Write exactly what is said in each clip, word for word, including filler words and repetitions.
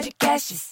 Podcasts.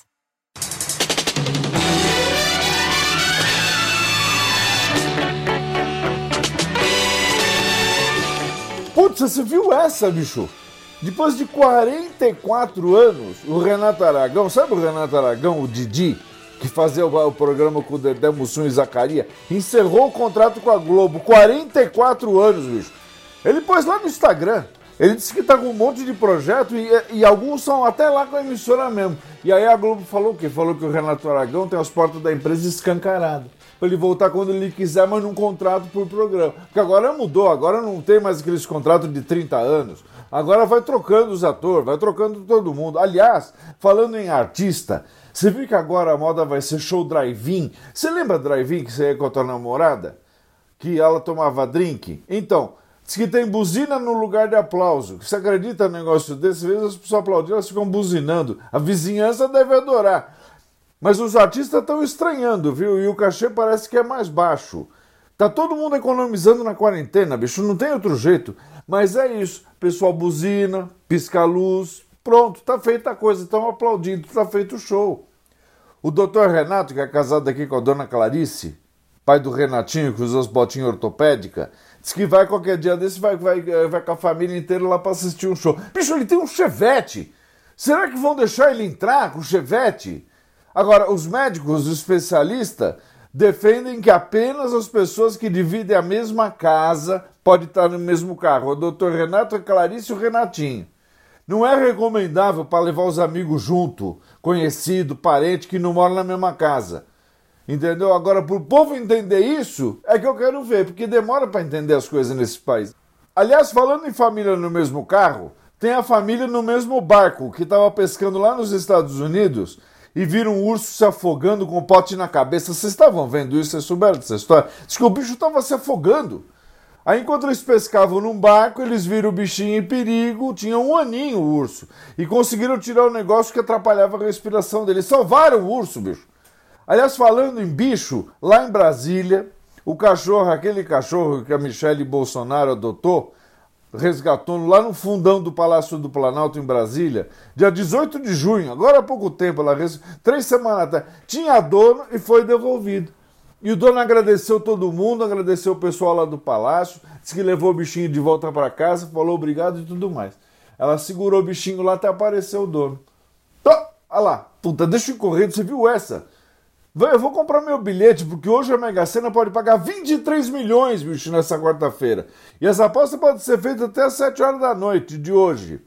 Putz, você viu essa, bicho? Depois de quarenta e quatro anos, o Renato Aragão, sabe o Renato Aragão, o Didi, que fazia o, o programa com o Dedé Mussum e Zacarias, encerrou o contrato com a Globo, quarenta e quatro anos, bicho. Ele pôs lá no Instagram, ele disse que tá com um monte de projeto e, e alguns são até lá com a emissora mesmo. E aí a Globo falou o quê? Falou que o Renato Aragão tem as portas da empresa escancaradas. Pra ele voltar quando ele quiser, mas num contrato por programa. Porque agora mudou, agora não tem mais aqueles contratos de trinta anos. Agora vai trocando os atores, vai trocando todo mundo. Aliás, falando em artista, você viu que agora a moda vai ser show drive-in? Você lembra drive-in que você ia com a tua namorada? Que ela tomava drink? Então, diz que tem buzina no lugar de aplauso. Você acredita num negócio desse? Às vezes as pessoas aplaudindo, elas ficam buzinando. A vizinhança deve adorar. Mas os artistas estão estranhando, viu? E o cachê parece que é mais baixo. Tá todo mundo economizando na quarentena, bicho, não tem outro jeito. Mas é isso, pessoal buzina, pisca a luz, pronto, tá feita a coisa, estão aplaudindo, tá feito o show. O doutor Renato, que é casado aqui com a dona Clarice, pai do Renatinho, que usa as botinhas ortopédicas, diz que vai qualquer dia desse, vai, vai, vai com a família inteira lá pra assistir um show. Bicho, ele tem um Chevette. Será que vão deixar ele entrar com o Chevette? Agora, os médicos, os especialistas, defendem que apenas as pessoas que dividem a mesma casa podem estar no mesmo carro. O doutor Renato, a Clarice e o Renatinho. Não é recomendável para levar os amigos junto, conhecido, parente que não mora na mesma casa. Entendeu? Agora, para o povo entender isso, é que eu quero ver, porque demora para entender as coisas nesse país. Aliás, falando em família no mesmo carro, tem a família no mesmo barco que estava pescando lá nos Estados Unidos e viram um urso se afogando com um pote na cabeça. Vocês estavam vendo isso? Vocês souberam dessa história? Diz que o bicho estava se afogando. Aí, enquanto eles pescavam num barco, eles viram o bichinho em perigo, tinha um aninho o urso, e conseguiram tirar o negócio que atrapalhava a respiração dele. Salvaram o urso, bicho. Aliás, falando em bicho, lá em Brasília, o cachorro, aquele cachorro que a Michele Bolsonaro adotou, resgatou lá no fundão do Palácio do Planalto em Brasília, dia dezoito de junho, agora há pouco tempo, ela res... três semanas atrás, tinha dono e foi devolvido. E o dono agradeceu todo mundo, agradeceu o pessoal lá do palácio, disse que levou o bichinho de volta para casa, falou obrigado e tudo mais. Ela segurou o bichinho lá até aparecer o dono. Então, olha lá, puta, deixa eu correr, você viu essa? Eu vou comprar meu bilhete, porque hoje a Mega Sena pode pagar vinte e três milhões, bicho, nessa quarta-feira. E essa aposta pode ser feita até às sete horas da noite de hoje.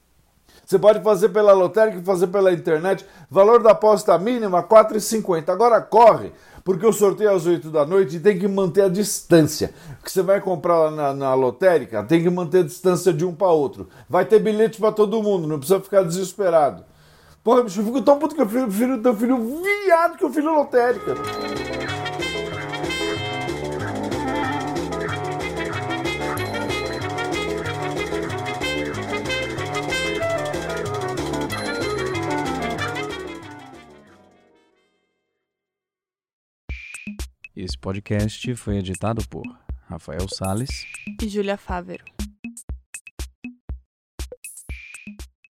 Você pode fazer pela lotérica e fazer pela internet. Valor da aposta mínima, quatro reais e cinquenta centavos. Agora corre, porque o sorteio é às oito da noite e tem que manter a distância. O que você vai comprar lá na, na lotérica, tem que manter a distância de um para outro. Vai ter bilhete para todo mundo, não precisa ficar desesperado. Porra, bicho, eu fico tão puto que eu prefiro teu filho viado que o filho lotérica. Esse podcast foi editado por Rafael Salles e Júlia Fávero.